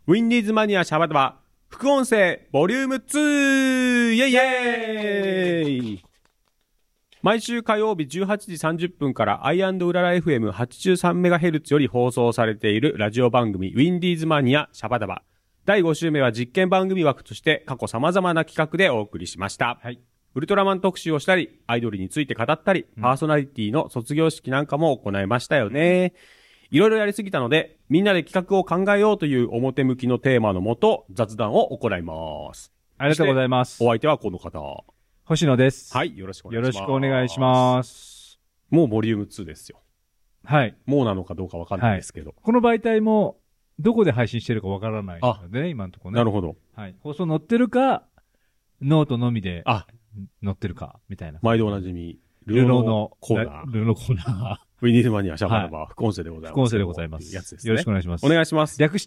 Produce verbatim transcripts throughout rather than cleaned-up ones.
ウィンディーズマニアシャバダバ副音声ボリュームツーイェイイェイ。毎週火曜日じゅうはちじさんじゅっぷんからアイアンドウララ エフエムはちじゅうさんメガヘルツ より放送されているラジオ番組ウィンディーズマニアシャバダバだいご週目は実験番組枠として過去様々な企画でお送りしました。はい。ウルトラマン特集をしたり、アイドルについて語ったり、パーソナリティの卒業式なんかも行いましたよね。いろいろやりすぎたので、みんなで企画を考えようという表向きのテーマのもと、雑談を行います。 ありがとうございます。 お相手はこの方。 星野です。 はい、よろしくお願いします。 よろしくお願いします。 もうボリュームツーですよ。 はい。 もうなのかどうかわかんないですけど。 はい、この媒体も、どこで配信してるかわからないのでね、今のところね。 なるほど。 はい。放送載ってるか、ノートのみで、 あ、 載ってるか、みたいな。 毎度おなじみ、 ルノーのコーナー。 ルノーのコーナー。 ウィニーズマニアシャバダバ副音声でございます。 副音声でございます。 やつですね。 よろしくお願いします。 お願いします。 略して、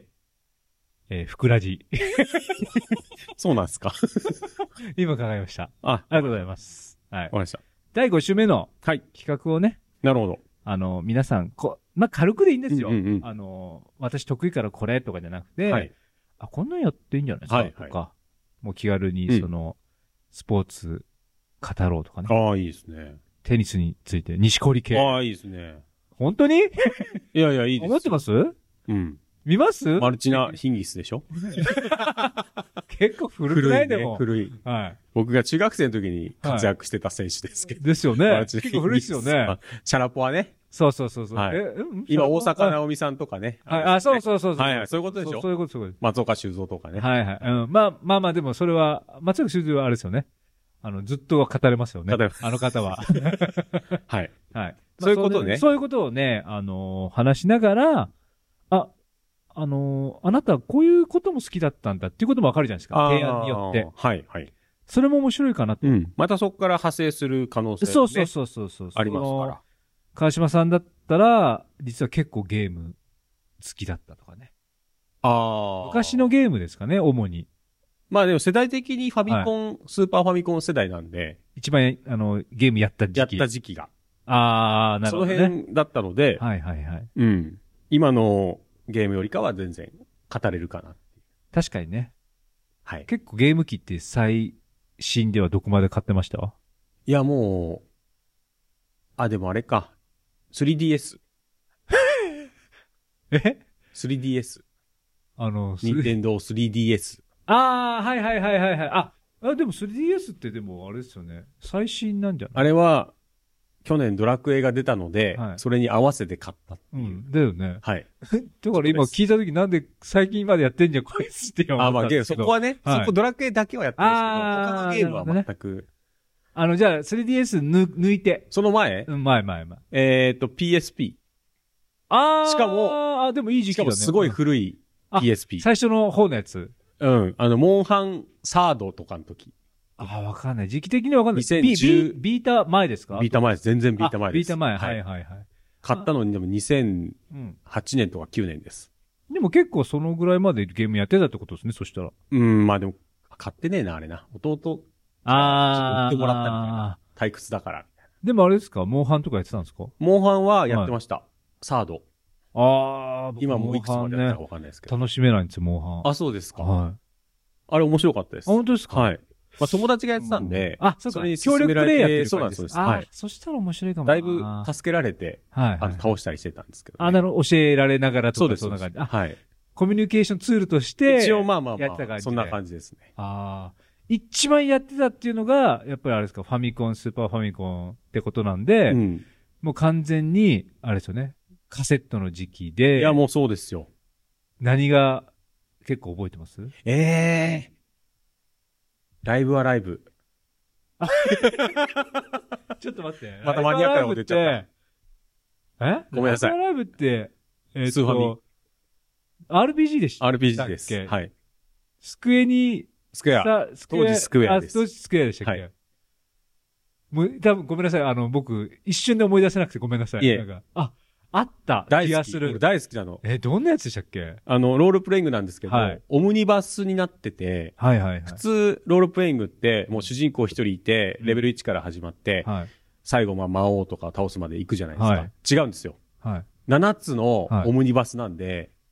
えー、ふくらじ。 そうなんですか。 今考えました。 あ、 ありがとうございます。はい。 わかりました。 だいご週目の、はい。企画をね。 なるほど。 あの、皆さん、こ、まあ、軽くでいいんですよ。 うんうんうん、 あの、私得意からこれとかじゃなくて、 はい。 あ、こんなんやっていいんじゃないですか、はい、とか、もう気軽に、その、うん、スポーツ、語ろうとかね。 ああ、いいですね。 テニスについて、西堀系。 ああ、いいですね。 本当にいやいや、いいです。 思ってますうん。 見ますマルチナ・ヒンギスでしょ結構古くないでも。 古い、ね。古い。 はい。 僕が中学生の時に活躍してた選手ですけど。 はい、ですよね。結構古いですよね。 シャラポワね。 そうそうそうそう。 はい、え今、大阪直美さんとかね。 はい。あ、そうそうそうそう。 はいはい。そういうことでしょそう、そういうこと、そういうこと。 松岡修造とかね。 はいはい。うん。まあまあまあ、でもそれは、松岡修造はあれですよね。あの、ずっと語れますよね。あの方は。 はい。 はい。 そういうことね。 そういうことをね、あのー、話しながら、あ、あのー、あなたはこういうことも好きだったんだっていうこともわかるじゃないですか。提案によって。 はい、はい。 それも面白いかなと。 うん。またそこから派生する可能性、ね、 そうそうそうそうそう。 ありますから。 川島さんだったら、実は結構ゲーム好きだったとかね。 ああ。 昔のゲームですかね、主に。 まあでも世代的にファミコン、はい、スーパーファミコン世代なんで。 一番、あの、ゲームやった時期。 やった時期が。 ああ、なるほど、ね。 その辺だったので。 はいはいはい。 うん。今のゲームよりかは全然語れるかな。 確かにね。 はい。 結構ゲーム機って最新ではどこまで買ってました？ いやもう、あ、でもあれか。スリーディーエス。 えスリーディーエス。 あの、 ニンテンドー スリーディーエス。 ああ、はいはいはいはいはい。あ、あでも スリーディーエス ってでもあれですよね。最新なんじゃない？ あれは、去年ドラクエが出たので、はい、それに合わせて買ったっていう。うん、 だよね。 はい。 だから今聞いたときなんで最近までやってんじゃん、こいつって思ったんですけど。 あ、まあゲーム、そこはね、はい、そこドラクエだけはやってるんですけど、他のゲームは全く。 あの、じゃあ スリーディーエス ぬ抜いて。 その前うん、前前前。 えっと、ピーエスピー。 ああ。 しかも、 あ、でもいい時期だね。 しかもすごい古い ピーエスピー。 最初の方のやつ。 うん。あの、モンハンサードとかの時。 ああ、わかんない。時期的にわかんない。 にせんじゅう、 ビ, ビータ前ですか？ ビータ前です。全然ビータ前です。 ビータ前。はいはいはい。 買ったのにでもにせんはちねんとかきゅうねんです。 でも結構そのぐらいまでゲームやってたってことですね、そしたら。 うん、まあでも、買ってねえな、あれな。弟、 ああ。 売ってもらったみたいな。退屈だから。 でもあれですか？モンハンとかやってたんですか？ モンハンはやってました。はい、サード。 ああ、 今もういくつまでやったかわかんないですけど。 楽しめないんですよ、モンハン。 あ、そうですか。 はい。 あれ面白かったです。 あ、本当ですか？ はい。まあ友達がやってたんで、 あ、そうか。 それに協力プレイやってるそうなんです。 はい。そしたら面白いかも。 だいぶ助けられて、 はい。 あの、倒したりしてたんですけど。 あ、なるほど。教えられながらとか。 そうです。 そんな感じ。 はい。 コミュニケーションツールとして、 一応まあまあやってた感じ。 そんな感じですね。 ああ。一番やってたっていうのが、やっぱりあれですか、ファミコン、スーパーファミコンってことなんで、うん、もう完全に、あれですよね、カセットの時期で。 いや、もうそうですよ。 何が結構覚えてます？ ええー。ライブはライブ。 ちょっと待って。 またマニアックなこと言っちゃった。 えごめんなさい。 ライブはライブって、えー、っと、 スーファミ。 アールピージー でしたアールピージー です。はい。 スクエニ、 スクエア。当時スクエアです。 あ、当時スクエアでしたっけ？はい。もう、多分ごめんなさい。あの、僕、一瞬で思い出せなくてごめんなさい。 いえ。 なんか、あ、あった気がする。 俺大好きなの。 え、どんなやつでしたっけ？ あの、ロールプレイングなんですけど、 はい、 オムニバスになってて、 はいはいはい。 普通、ロールプレイングって、もう主人公一人いて、レベルいちから始まって、はい、最後、まあ、魔王とか倒すまで行くじゃないですか。はい、違うんですよ。はい。ななつのオムニバスなんで、はい、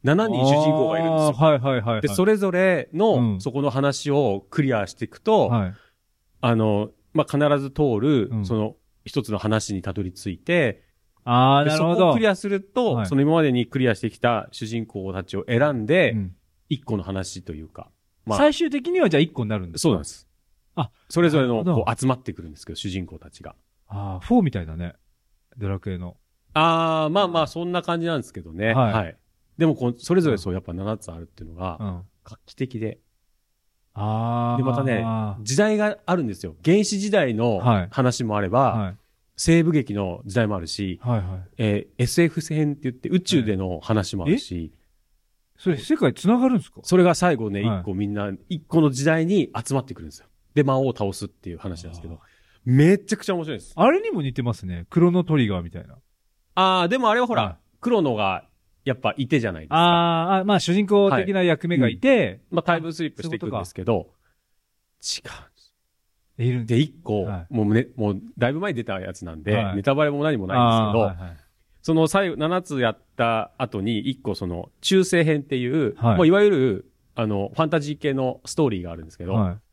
ななにん主人公がいるんですよ。 はいはいはい、はい。 で、それぞれの、 うん、 そこの話をクリアしていくと、 はい、 あの、まあ、必ず通る、 うん、 その、一つの話にたどり着いて、 ああ、なるほど。 そこをクリアすると、 はい、 その今までにクリアしてきた主人公たちを選んで、一、うん、個の話というか。 まあ、最終的にはじゃあ一個になるんですか？ そうなんです。 あ、 それぞれの、こう、集まってくるんですけど、主人公たちが。 ああ、フォーみたいだね。ドラクエの。 ああ、まあまあ、そんな感じなんですけどね。はい。はい、でもこう、それぞれそう、やっぱななつあるっていうのが、うん、画期的で。 ああ。 で、またね、時代があるんですよ。原始時代の話もあれば、はいはい、西部劇の時代もあるし、はいはい、えー、エスエフ 編って言って宇宙での話もあるし、 それ世界繋がるんですか？ それが最後ね、一、はい、個みんな、一個の時代に集まってくるんですよ。で、魔王を倒すっていう話なんですけど、めちゃくちゃ面白いです。 あれにも似てますね。クロノトリガーみたいな。 ああ、でもあれはほら、はい、クロノが、やっぱいてじゃないですか。 ああ、まあ主人公的な役目がいて、はいうん、まあタイムスリップしていくんですけど、違うんです。 いるんで、一個、はい、もうね、もうだいぶ前に出たやつなんで、はい、ネタバレも何もないんですけど、はいはい、その最後、ななつやった後に一個その中世編っていう、はい、もういわゆる、あの、ファンタジー系のストーリーがあるんですけど、はい、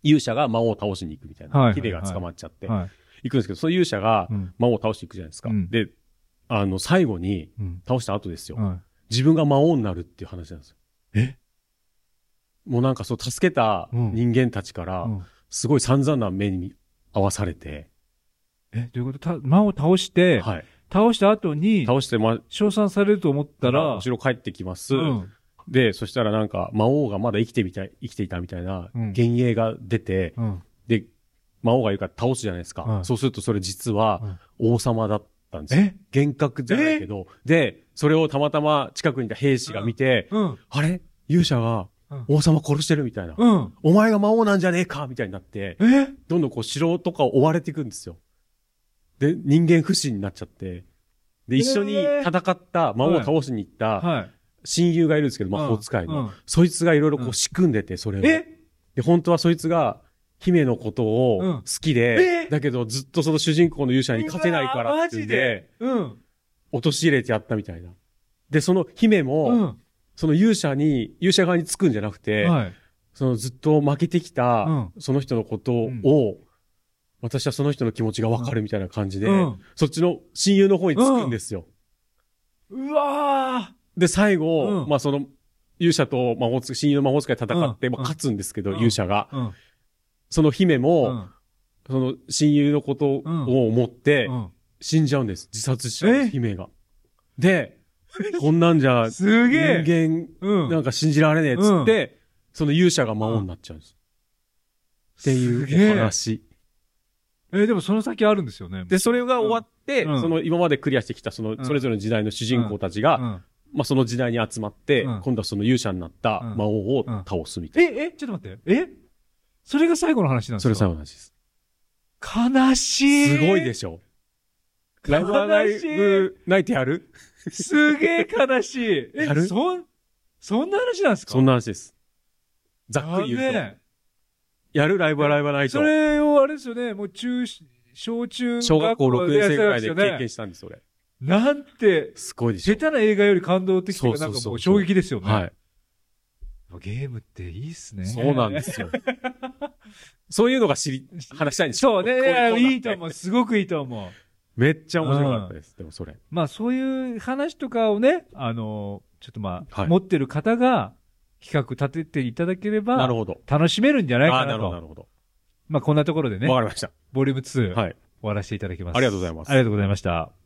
勇者が魔王を倒しに行くみたいな、はい、ヒデが捕まっちゃって、はい、行くんですけど、その勇者が魔王を倒していくじゃないですか。うん、で、あの、最後に、倒した後ですよ。うんはい、自分が魔王になるっていう話なんですよ。 えもうなんかそう、助けた人間たちから、すごい散々な目に合わされて。 え、どういうこと？た魔を倒して、はい、倒した後に、 倒して、ま、 称賛されると思ったら、 後ろ帰ってきます。うん、で、そしたらなんか、魔王がまだ生きてみたい、生きていたみたいな、幻影が出て、うん、で、魔王が言うから倒すじゃないですか。うん、そうするとそれ実は、王様だったんですよ。え幻覚じゃないけど。で、それをたまたま近くにいた兵士が見て、うん、あれ勇者が、王様殺してるみたいな、うん。お前が魔王なんじゃねえかみたいになって、 えどんどんこう城とかを追われていくんですよ。で、人間不信になっちゃって、で、一緒に戦った、魔王を倒しに行った、親友がいるんですけど、魔法使いの。うんうん、そいつがいろいろこう仕組んでて、それを。 えで、本当はそいつが、姫のことを好きで、うん、だけどずっとその主人公の勇者に勝てないからっていうんで、うん、陥れてやったみたいな。で、その姫も、うんその勇者に、勇者側につくんじゃなくて、はい、そのずっと負けてきた、その人のことを、うん、私はその人の気持ちがわかるみたいな感じで、うん、そっちの親友の方につくんですよ。 うん、うわーで、最後、うん、まあその、勇者と魔法使い、親友の魔法使い戦って、まあ勝つんですけど、勇者が。その姫も、その親友のことを思って、死んじゃうんです。自殺しちゃう、姫が。で、こんなんじゃ、 すげえ人間、なんか信じられねえっつって、うん、その勇者が魔王になっちゃうんです。うん、っていうお話。 えー、でもその先あるんですよね。 で、それが終わって、うん、その今までクリアしてきた、その、それぞれの時代の主人公たちが、うん、まあその時代に集まって、うん、今度はその勇者になった魔王を倒すみたいな。 え、え、ちょっと待って。えそれが最後の話なんですか？ それ最後の話です。 悲しい。 すごいでしょ。ライブアライブ泣いてやる？ すげえ悲しい。え、 やる？ そん、そんな話なんですか？ そんな話です。ざっくり言うと。やる？ライブアライブナイト。 それをあれですよね、もう中、小中小学校ろくねん生ぐらいで経験したんです、それ。 なんて、 すごいでしょ。 下手な映画より感動的というか、なんかもう衝撃ですよね。はい。ゲームっていいっすね。 そうなんですよ。そういうのが知り、話したいんですよ。そうね。いいと思う。すごくいいと思う。 めっちゃ面白かったです。でもそれ。 まあそういう話とかをね、あの、ちょっとまあ、持ってる方が企画立てていただければ、なるほど。楽しめるんじゃないかなと。なるほど、なるほど。まあこんなところでね。 わかりました。 ボリュームツー。はい。終わらせていただきます。ありがとうございます。ありがとうございました。